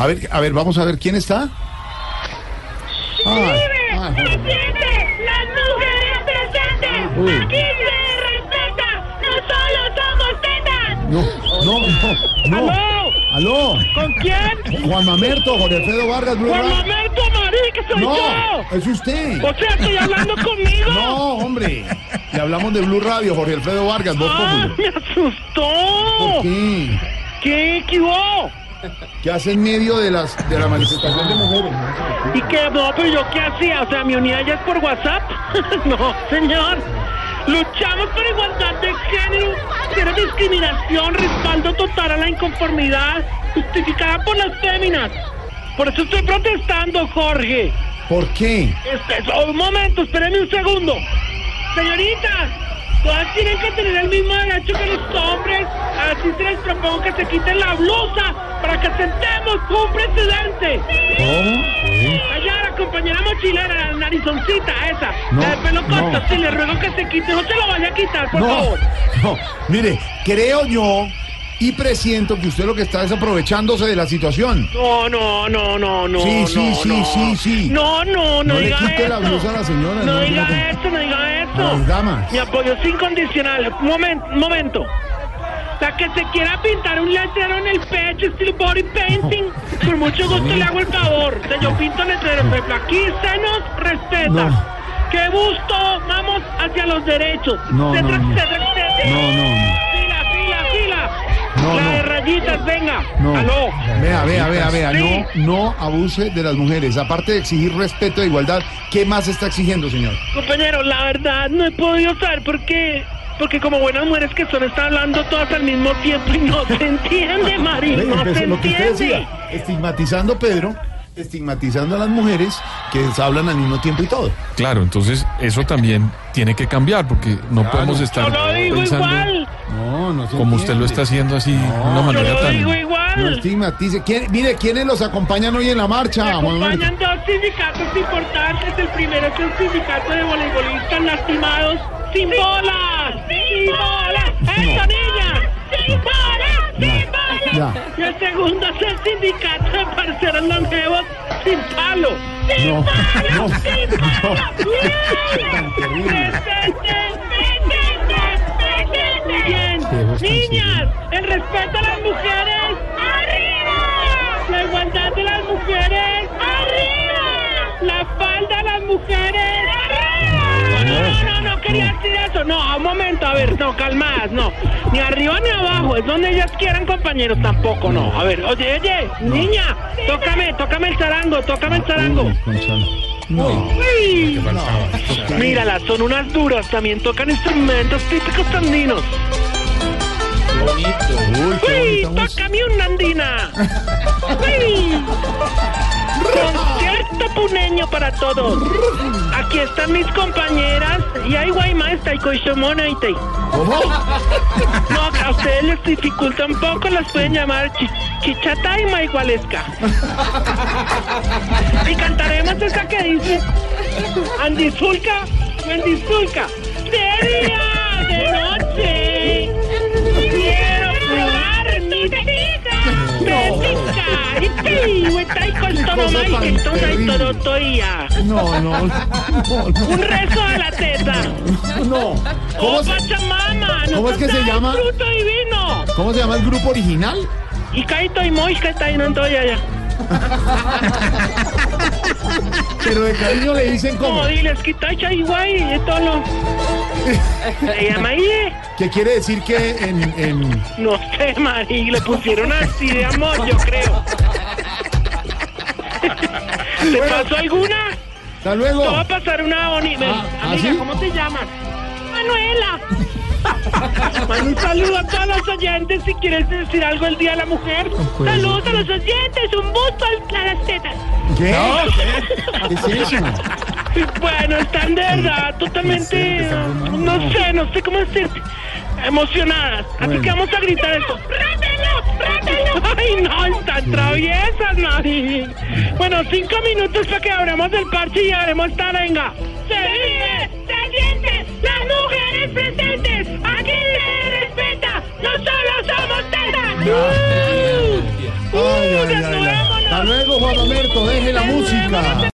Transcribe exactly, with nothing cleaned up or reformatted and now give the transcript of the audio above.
A ver, a ver, vamos a ver quién está. ¡Vive! ¡Presente! ¡Las mujeres presentes! Uy. ¡Aquí se respeta! ¡No solo somos tetas! No, no, no, no. ¡Aló! ¿Aló? ¿Con quién? Juan Mamerto, Jorge Alfredo Vargas, Blue ¡Juan Radio. Mamerto Marí, que soy No, yo! es usted. O sea, estoy hablando conmigo. No, hombre. Le hablamos de Blue Radio, Jorge Alfredo Vargas, Voz ¡Ah, Populi. me asustó! ¿Por qué? ¿Qué? ¿Qué hubo? ¿Qué hace en medio de las de la manifestación de mujeres? ¿Y qué? No, pero yo qué hacía, o sea, mi unidad ya es por WhatsApp. No, señor. Luchamos por igualdad de género, cero discriminación, respaldo total a la inconformidad, justificada por las féminas. Por eso estoy protestando, Jorge. ¿Por qué? Este, un momento, espéreme un segundo. Señoritas, todas tienen que tener el mismo derecho que los hombres. Así se les propongo que se quiten la blusa para que sentemos un precedente. ¿Cómo? ¿Sí? Allá la compañera mochilera, la narizoncita esa, No, la de pelo corto, no. sí, le ruego que se quite, no se lo vaya a quitar, por No, favor. no. Mire, creo yo y presiento que usted lo que está es aprovechándose de la situación. No, no, no, no, no. Sí, sí, no, sí, no. sí, sí. No, no, no, No le diga quite eso. la blusa a la señora, No, no, diga no, no. eso, no diga A eso. las damas. Mi apoyo es incondicional. Un momento, un momento. La que se quiera pintar un letrero en el pecho, estilo body painting, con mucho gusto le hago el favor. O sea, yo pinto letreros, por ejemplo, aquí senos, respeta. No. ¡Qué gusto! Vamos hacia los derechos. No, Etcétera, no, no. etcétera, etcétera. No, no, no. Fila, fila, fila. No, La no. de rayitas, venga. No. Aló. Vea, vea, vea, vea. Sí. No, no abuse de las mujeres. Aparte de exigir respeto e igualdad, ¿qué más está exigiendo, señor? Compañero, la verdad no he podido saber por qué. Porque como buenas mujeres que son, están hablando todas al mismo tiempo y no se entiende, Mari, Ve, no empezó se lo que usted entiende. decía, estigmatizando, Pedro, estigmatizando a las mujeres que hablan al mismo tiempo y todo. Claro, entonces eso también tiene que cambiar porque no podemos estar Yo lo digo pensando igual. No, no se como usted lo entiende. está haciendo así de una Yo manera lo tan... digo No igual. estigmatice. ¿Quién- mire, ¿quiénes los acompañan hoy en la marcha, Me Juan Mamerto? acompañan dos sindicatos importantes. El primero es el sindicato de voleibolistas lastimados sin bolas. ¡Sin bolas! ¡Eso, niñas! ¡Sin bolas! ¡Sin bolas! Ya. Y el segundo es el sindicato de parceros longevos sin palo. ¡Sin No, palo! no, ¡Sin palo! Tan terrible. ¡Presente! ¡Presente! ¡Presente! Bien. Qué voz tan Niñas, el respeto a las mujeres. ¡Arriba! La igualdad de las mujeres. ¡Arriba! La falda a las mujeres. ¡Arriba! No, no, no, no quería decir eso. No, un momento, a ver, no, calmadas, no. Ni arriba ni abajo, es donde ellas quieran, compañeros, tampoco, no. A ver, oye, oye, niña, tócame, tócame el charango, tócame el charango. Uy, Gonzalo. No. Uy, míralas, son unas duras, también tocan instrumentos típicos andinos. Uy, qué ¡Uy! bonita voz. ¡Tócame una andina! ¡Uy! Concierto puneño para todos. Aquí están mis compañeras. Y hay guaymaesta y coixomona y te. ¿Cómo? No, a ustedes les dificulta un poco, las pueden llamar chi- chichata y maigualesca. Y cantaremos esa que dice Andizulca, Andizulca. De día, de noche. Quiero probar mi tetica. Tetica. Y ti, hueta y con todo cosa maíz, tan entonces ahí terrible. todo toía. No, no, no, no. Un rezo a la teta. No. ¿Cómo ¡Oh, se, Pachamama! cómo es que se ¡Nos da llama? fruto divino! ¿Cómo se llama el grupo original? Y Caito y Moisca está ahí, no estoy allá. Pero de cariño le dicen Como cómo. diles, quitacha y guay, y todo lo... Se llama ahí, ¿Qué quiere decir que en, en... no sé, Mari, le pusieron así de amor, yo creo. ¿Te pasó alguna? Hasta luego. Te va a pasar una bonita. Ah, ¿ah, Amiga, sí? ¿cómo te llamas? Manuela. Manda un saludo a todos los oyentes si quieres decir algo el Día de la Mujer. Pues- Saludos a los oyentes, un busto a las tetas. ¿Qué? ¿Qué es eso? Bueno, están de verdad totalmente, no sé, no sé cómo decirte, emocionadas. Así Bueno. que vamos a gritar esto. ¡Rátelo! ¡Rátelo! ¡Ay, no! Están traviesas, Mari. Bueno, cinco minutos para que abramos el parche y haremos esta arenga. ¡Se vive! ¡Se siente! ¡Las mujeres presentes! ¡Aquí se respeta! ¡No solo somos tetas! ¡Uh! Ay, ay, ay, ay. ¡Desnudémonos! Está Hasta luego, Juan Mamerto, deje la música.